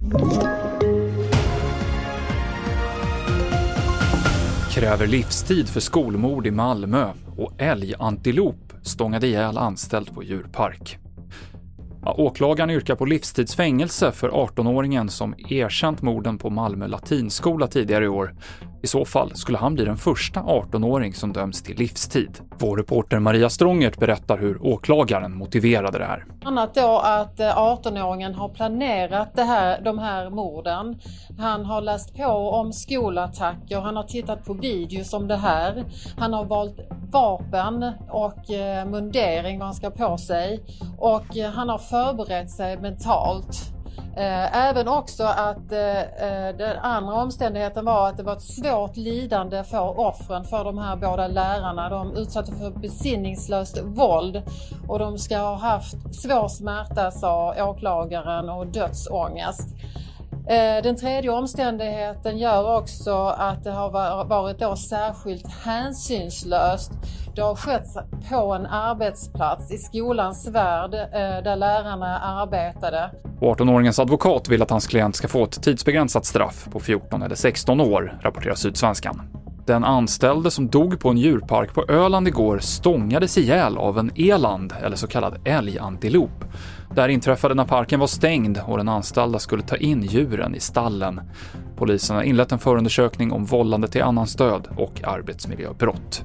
Kräver livstid för skolmord i Malmö och älgantilop stångade ihjäl anställd på djurpark. Åklagaren yrkar på livstidsfängelse för 18-åringen som erkänt morden på Malmö latinskola tidigare i år. I så fall skulle han bli den första 18-åring som döms till livstid. Vår reporter Maria Strångert berättar hur åklagaren motiverade det här. Annat då att 18-åringen har planerat de här morden. Han har läst på om skolattacker, han har tittat på videos om det här. Han har valt vapen och mundering vad han ska på sig. Och han har förberett sig mentalt. Även också att den andra omständigheten var att det var ett svårt lidande för offren, för de här båda lärarna. De utsatte för besinningslöst våld och de ska ha haft svår smärta, sa åklagaren, och dödsångest. Den tredje omständigheten gör också att det har varit då särskilt hänsynslöst. Det har skett på en arbetsplats i skolans värld där lärarna arbetade. 18-åringens advokat vill att hans klient ska få ett tidsbegränsat straff på 14 eller 16 år, rapporterar Sydsvenskan. Den anställde som dog på en djurpark på Öland igår stångades ihjäl av en eland, eller så kallad älgantilop. Där inträffade när parken var stängd och den anställda skulle ta in djuren i stallen. Polisen har inlett en förundersökning om vållande till annans död och arbetsmiljöbrott.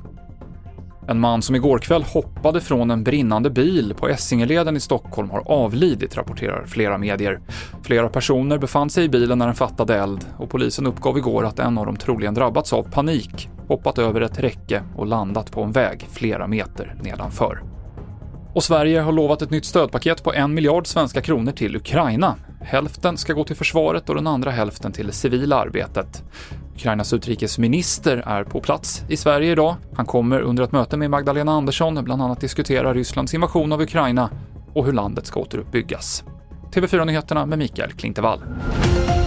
En man som igår kväll hoppade från en brinnande bil på Essingeleden i Stockholm har avlidit, rapporterar flera medier. Flera personer befann sig i bilen när den fattade eld och polisen uppgav igår att en av dem troligen drabbats av panik, hoppat över ett räcke och landat på en väg flera meter nedanför. Och Sverige har lovat ett nytt stödpaket på 1 miljard svenska kronor till Ukraina. Hälften ska gå till försvaret och den andra hälften till det civila arbetet. Ukrainas utrikesminister är på plats i Sverige idag. Han kommer under ett möte med Magdalena Andersson bland annat diskutera Rysslands invasion av Ukraina och hur landet ska återuppbyggas. TV4-nyheterna med Mikael Klintevall.